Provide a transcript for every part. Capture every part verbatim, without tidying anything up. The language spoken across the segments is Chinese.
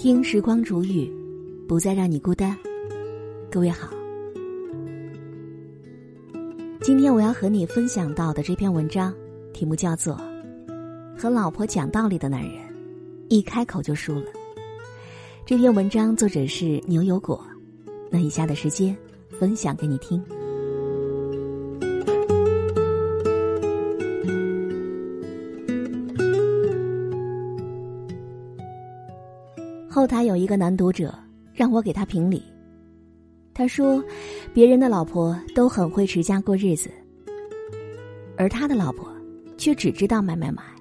听时光煮雨，不再让你孤单。各位好，今天我要和你分享到的这篇文章题目叫做和老婆讲道理的男人一开口就输了。这篇文章作者是牛油果，那以下的时间分享给你听。后台有一个男读者让我给他评理，他说别人的老婆都很会持家过日子，而他的老婆却只知道买买买。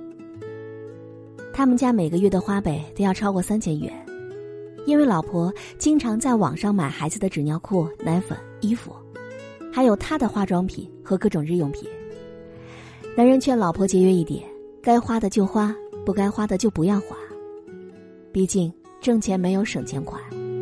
他们家每个月的花呗都要超过三千元，因为老婆经常在网上买孩子的纸尿裤、奶粉、衣服，还有他的化妆品和各种日用品。男人劝老婆节约一点，该花的就花，不该花的就不要花，毕竟挣钱没有省钱款。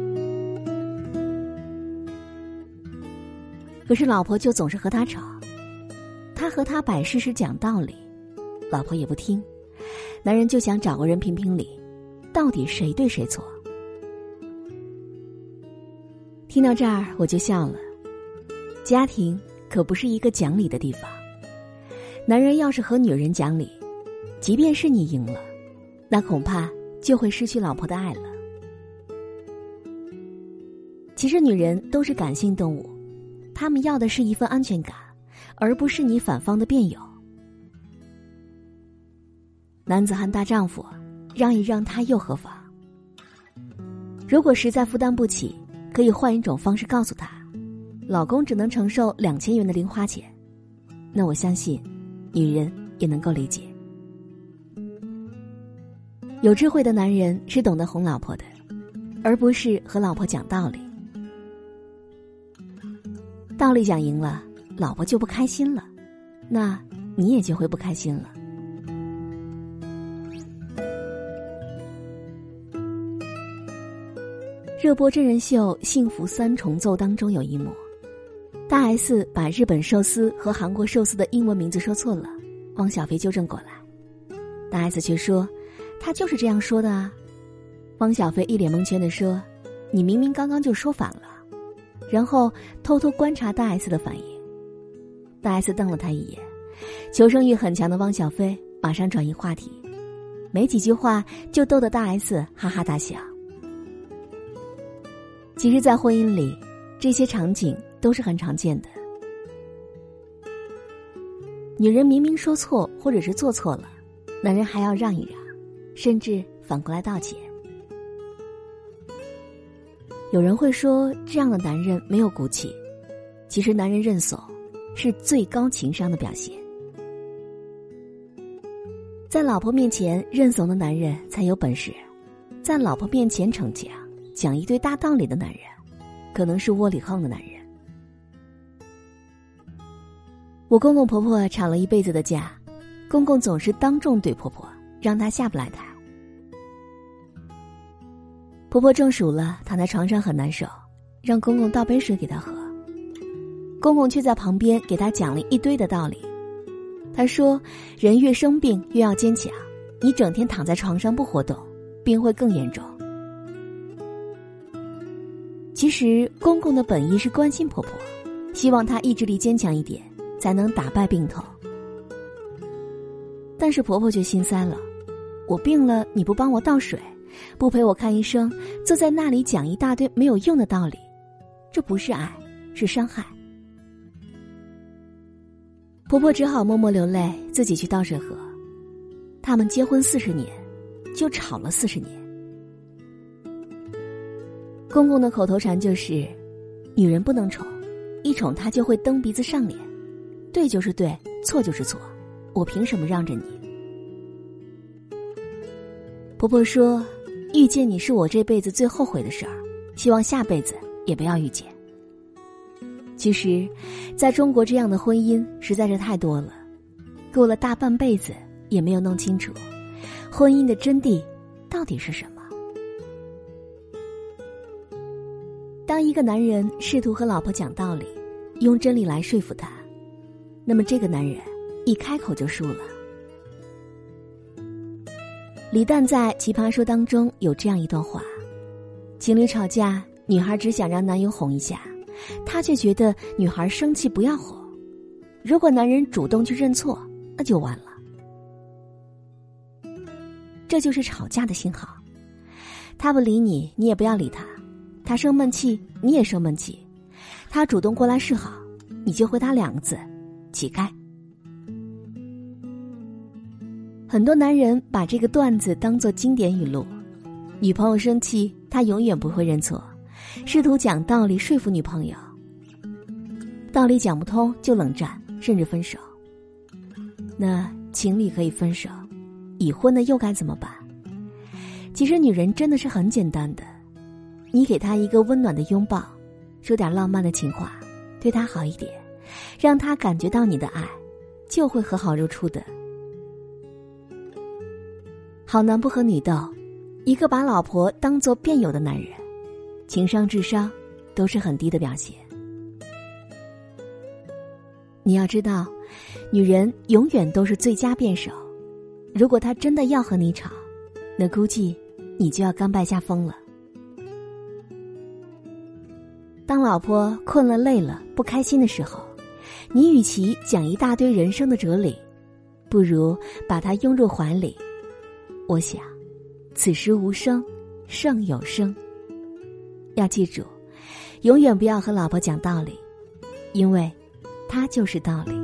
可是老婆就总是和他吵，他和他摆事实讲道理，老婆也不听。男人就想找个人评评理，到底谁对谁错。听到这儿我就笑了，家庭可不是一个讲理的地方。男人要是和女人讲理，即便是你赢了，那恐怕就会失去老婆的爱了。其实女人都是感性动物，她们要的是一份安全感，而不是你反方的辩友。男子汉大丈夫，让一让他又何妨？如果实在负担不起，可以换一种方式告诉他，老公只能承受两千元的零花钱，那我相信女人也能够理解。有智慧的男人是懂得哄老婆的，而不是和老婆讲道理。道理讲赢了，老婆就不开心了，那你也就会不开心了。热播真人秀《幸福三重奏》当中有一幕，大 S 把日本寿司和韩国寿司的英文名字说错了，汪小菲纠正过来，大 S 却说他就是这样说的啊。汪小菲一脸蒙圈地说，你明明刚刚就说反了，然后偷偷观察大 S 的反应。大 S 瞪了他一眼，求生欲很强的汪小菲马上转移话题，没几句话就逗得大 S 哈哈大笑。其实在婚姻里，这些场景都是很常见的。女人明明说错或者是做错了，男人还要让一让，甚至反过来道歉。有人会说这样的男人没有骨气，其实男人认怂是最高情商的表现。在老婆面前认怂的男人才有本事，在老婆面前逞强讲一堆大道理的男人，可能是窝里横的男人。我公公婆婆吵了一辈子的架，公公总是当众怼婆婆，让她下不来台。婆婆中暑了，躺在床上很难受，让公公倒杯水给她喝。公公却在旁边给她讲了一堆的道理。他说，人越生病越要坚强，你整天躺在床上不活动，病会更严重。其实公公的本意是关心婆婆，希望她意志力坚强一点，才能打败病痛。但是婆婆却心塞了，我病了你不帮我倒水，不陪我看医生，坐在那里讲一大堆没有用的道理，这不是爱，是伤害。婆婆只好默默流泪，自己去倒水喝。他们结婚四十年，就吵了四十年。公公的口头禅就是女人不能宠，一宠她就会蹬鼻子上脸，对就是对，错就是错，我凭什么让着你？婆婆说，遇见你是我这辈子最后悔的事儿，希望下辈子也不要遇见。其实在中国这样的婚姻实在是太多了，过了大半辈子也没有弄清楚婚姻的真谛到底是什么。当一个男人试图和老婆讲道理，用真理来说服他，那么这个男人一开口就输了。 李诞在《奇葩说》当中有这样一段话：情侣吵架，女孩只想让男友哄一下，他却觉得女孩生气不要哄。如果男人主动去认错，那就完了。这就是吵架的信号。他不理你，你也不要理他；他生闷气，你也生闷气；他主动过来示好，你就回他两个字：乞丐。很多男人把这个段子当作经典语录，女朋友生气，他永远不会认错，试图讲道理说服女朋友，道理讲不通就冷战，甚至分手。那情侣可以分手，已婚的又该怎么办？其实女人真的是很简单的，你给她一个温暖的拥抱，说点浪漫的情话，对她好一点，让她感觉到你的爱，就会和好如初的。好男不和女斗，一个把老婆当作辩友的男人，情商智商都是很低的表现。你要知道，女人永远都是最佳辩手，如果她真的要和你吵，那估计你就要甘拜下风了。当老婆困了累了不开心的时候，你与其讲一大堆人生的哲理，不如把她拥入怀里。我想此时无声胜有声。要记住，永远不要和老婆讲道理，因为她就是道理。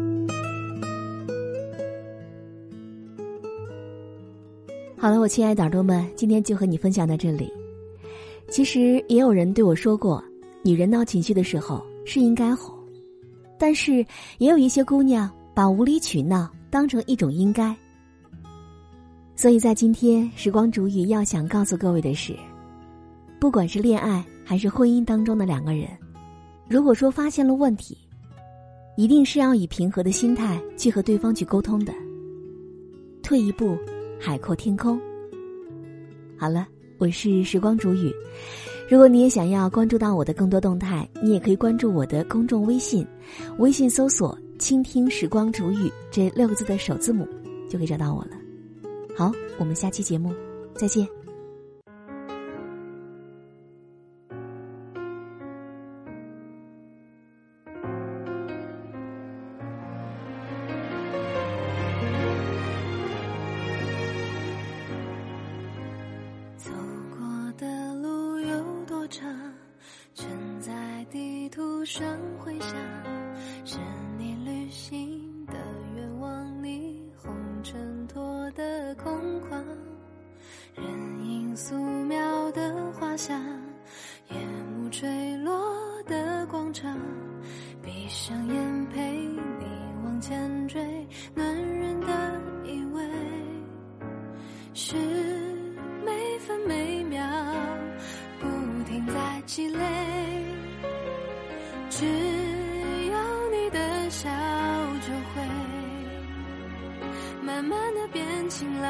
好了，我亲爱的耳朵们，今天就和你分享到这里。其实也有人对我说过，女人闹情绪的时候是应该哄，但是也有一些姑娘把无理取闹当成一种应该。所以在今天时光煮雨要想告诉各位的是，不管是恋爱还是婚姻当中的两个人，如果说发现了问题，一定是要以平和的心态去和对方去沟通的。退一步海阔天空。好了，我是时光煮雨。如果你也想要关注到我的更多动态，你也可以关注我的公众微信，微信搜索倾听时光煮雨这六个字的首字母就可以找到我了。好，我们下期节目再见。 走过的路有多长，全在地图上回想，是你旅行的愿望，你红尘托的空旷，人影素描的画像，夜幕坠落的广场，闭上眼陪你往前追，男人的依偎是每分每秒不停在积累，只要你的笑就会慢慢的变晴朗，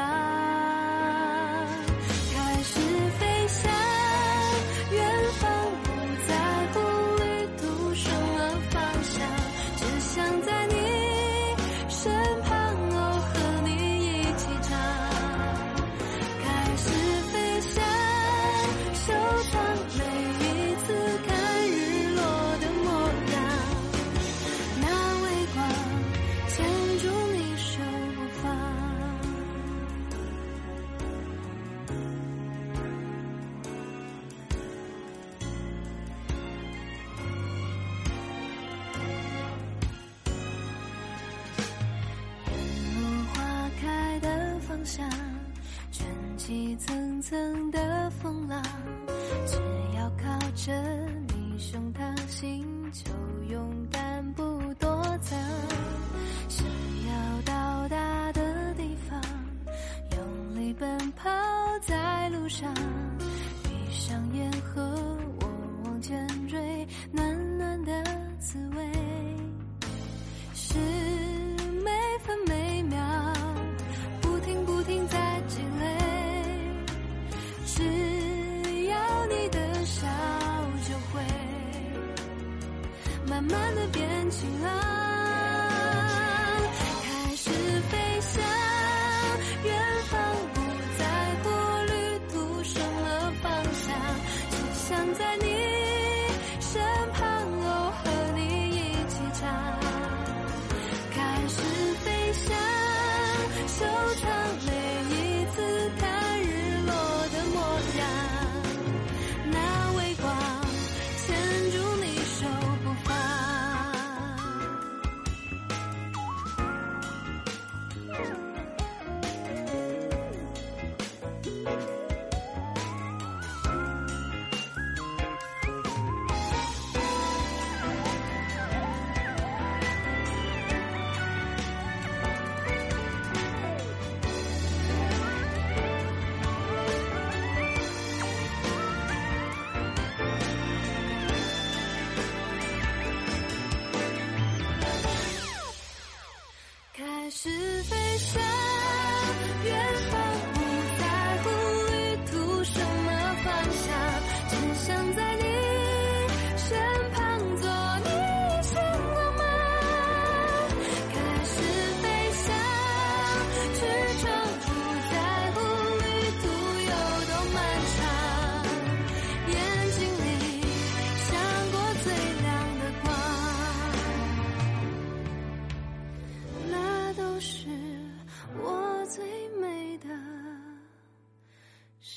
开始飞向远方，不在乎旅途什么方向，只想在你身旁，哦，和你一起唱，开始飞向收藏每一次看日落的模样，那微光牵住你手不放。沿路花开的方向，卷起层层的风浪，只要靠着你胸膛，心就勇敢不躲藏，想要到达的地方，用力奔跑在路上，闭上眼和我往前追，暖暖的滋味是每分每秒不停不停在积累，只要你的笑就会慢慢的变晴朗，开始飞向远方，不在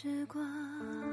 时光。